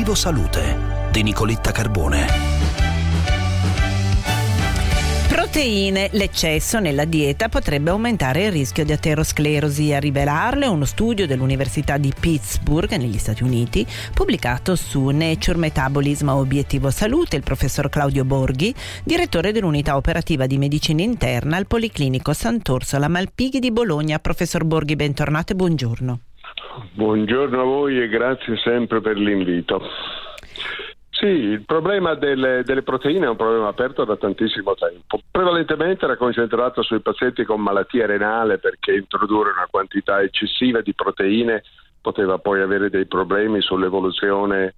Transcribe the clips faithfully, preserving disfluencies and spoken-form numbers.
Obiettivo Salute di Nicoletta Carbone. Proteine. L'eccesso nella dieta potrebbe aumentare il rischio di aterosclerosi. A rivelarlo è uno studio dell'Università di Pittsburgh negli Stati Uniti, pubblicato su Nature Metabolism. Obiettivo Salute, il professor Claudio Borghi, direttore dell'unità operativa di medicina interna al Policlinico Sant'Orsola Malpighi di Bologna. Professor Borghi, bentornato e buongiorno. Buongiorno a voi e grazie sempre per l'invito. Sì, il problema delle, delle proteine è un problema aperto da tantissimo tempo. Prevalentemente era concentrato sui pazienti con malattia renale, perché introdurre una quantità eccessiva di proteine poteva poi avere dei problemi sull'evoluzione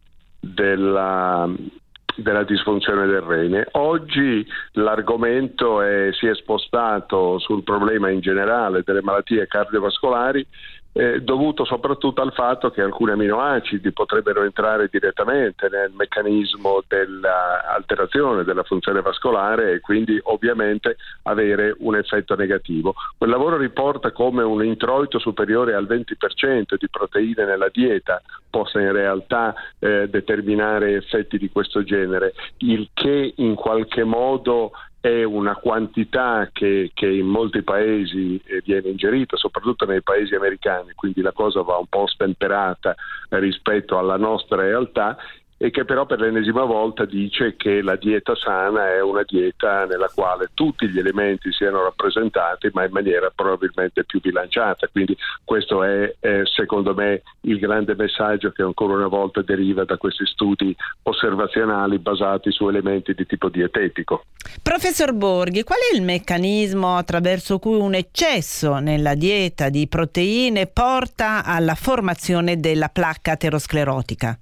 della, della disfunzione del rene. Oggi l'argomento è, si è spostato sul problema in generale delle malattie cardiovascolari, Eh, dovuto soprattutto al fatto che alcuni aminoacidi potrebbero entrare direttamente nel meccanismo dell'alterazione della funzione vascolare e quindi ovviamente avere un effetto negativo. Quel lavoro riporta come un introito superiore al venti per cento di proteine nella dieta possa in realtà eh, determinare effetti di questo genere, il che in qualche modo è una quantità che, che in molti paesi viene ingerita, soprattutto nei paesi americani, quindi la cosa va un po' stemperata rispetto alla nostra realtà, e che però per l'ennesima volta dice che la dieta sana è una dieta nella quale tutti gli elementi siano rappresentati, ma in maniera probabilmente più bilanciata. Quindi questo è, è secondo me il grande messaggio che ancora una volta deriva da questi studi osservazionali basati su elementi di tipo dietetico. Professor Borghi, qual è il meccanismo attraverso cui un eccesso nella dieta di proteine porta alla formazione della placca aterosclerotica?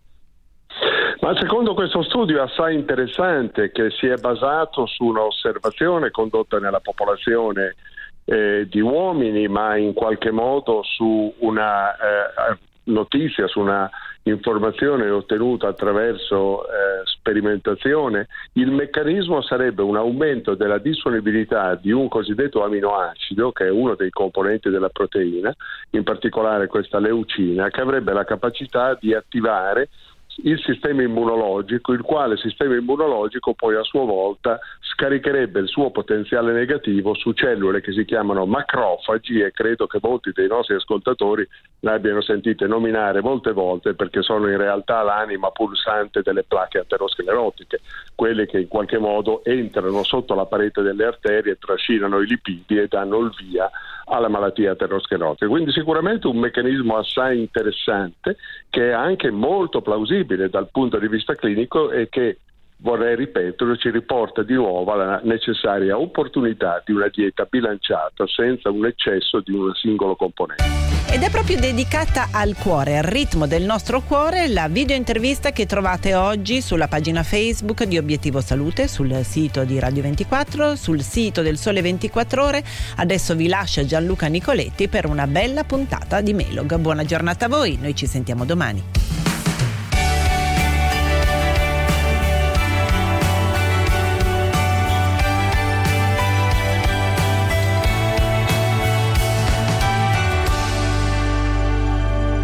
Ma secondo questo studio assai interessante, che si è basato su un'osservazione condotta nella popolazione eh, di uomini, ma in qualche modo su una eh, notizia, su una informazione ottenuta attraverso eh, sperimentazione, il meccanismo sarebbe un aumento della disponibilità di un cosiddetto aminoacido, che è uno dei componenti della proteina, in particolare questa leucina, che avrebbe la capacità di attivare il sistema immunologico, il quale sistema immunologico poi a sua volta scaricherebbe il suo potenziale negativo su cellule che si chiamano macrofagi, e credo che molti dei nostri ascoltatori le abbiano sentite nominare molte volte, perché sono in realtà l'anima pulsante delle placche aterosclerotiche, quelle che in qualche modo entrano sotto la parete delle arterie, trascinano i lipidi e danno il via alla malattia aterosclerotica. Quindi sicuramente un meccanismo assai interessante, che è anche molto plausibile dal punto di vista clinico e che, vorrei ripeterlo, ci riporta di nuovo alla necessaria opportunità di una dieta bilanciata senza un eccesso di un singolo componente. Ed è proprio dedicata al cuore, al ritmo del nostro cuore, la videointervista che trovate oggi sulla pagina Facebook di Obiettivo Salute, sul sito di Radio ventiquattro, sul sito del Sole ventiquattro Ore. Adesso vi lascia Gianluca Nicoletti per una bella puntata di Melog. Buona giornata a voi, noi ci sentiamo domani.